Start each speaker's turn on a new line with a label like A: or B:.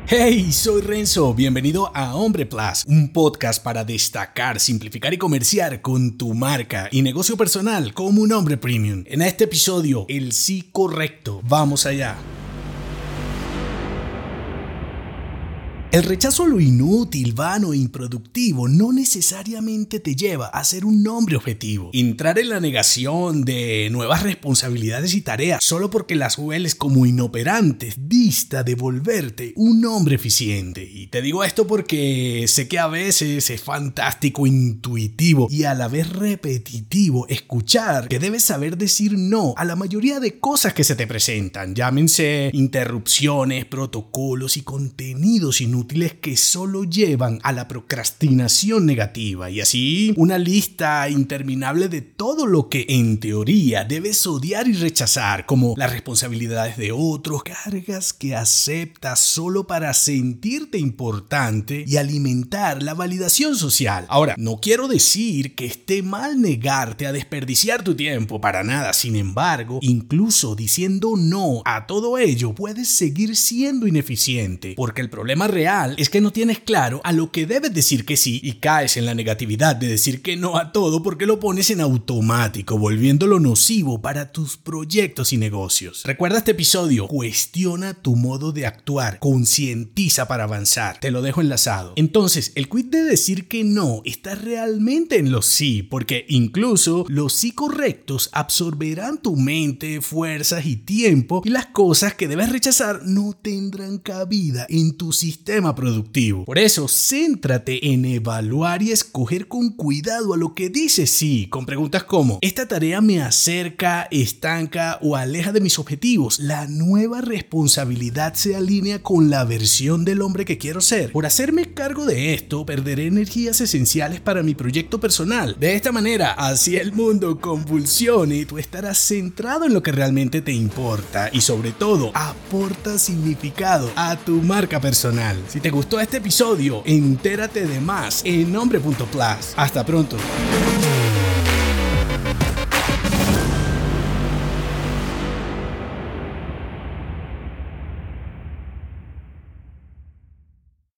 A: Hey, soy Renzo, bienvenido a Hombre Plus, un podcast para destacar, simplificar y comerciar con tu marca y negocio personal como un hombre premium. En este episodio, el sí correcto. Vamos allá. El rechazo a lo inútil, vano e improductivo no necesariamente te lleva a ser un hombre objetivo. Entrar en la negación de nuevas responsabilidades y tareas solo porque las hueles como inoperantes dista de volverte un hombre eficiente. Y te digo esto porque sé que a veces es fantástico, intuitivo y a la vez repetitivo escuchar que debes saber decir no a la mayoría de cosas que se te presentan. Llámense interrupciones, protocolos y contenidos inútiles que solo llevan a la procrastinación negativa y así una lista interminable de todo lo que en teoría debes odiar y rechazar, como las responsabilidades de otros, cargas que aceptas solo para sentirte importante y alimentar la validación social. Ahora, no quiero decir que esté mal negarte a desperdiciar tu tiempo, para nada. Sin embargo, incluso diciendo no a todo ello puedes seguir siendo ineficiente, porque el problema real es que no tienes claro a lo que debes decir que sí y caes en la negatividad de decir que no a todo porque lo pones en automático, volviéndolo nocivo para tus proyectos y negocios. Recuerda este episodio, cuestiona tu modo de actuar, concientiza para avanzar. Te lo dejo enlazado. Entonces, el quid de decir que no está realmente en los sí, porque incluso los sí correctos absorberán tu mente, fuerzas y tiempo, y las cosas que debes rechazar no tendrán cabida en tu sistema productivo. Por eso, céntrate en evaluar y escoger con cuidado a lo que dices sí, con preguntas como: ¿esta tarea me acerca, estanca o aleja de mis objetivos? ¿La nueva responsabilidad se alinea con la versión del hombre que quiero ser? Por hacerme cargo de esto, perderé energías esenciales para mi proyecto personal. De esta manera, así el mundo convulsione y tú estarás centrado en lo que realmente te importa y sobre todo, aporta significado a tu marca personal. Si te gustó este episodio, entérate de más en hombre.plus. Hasta pronto.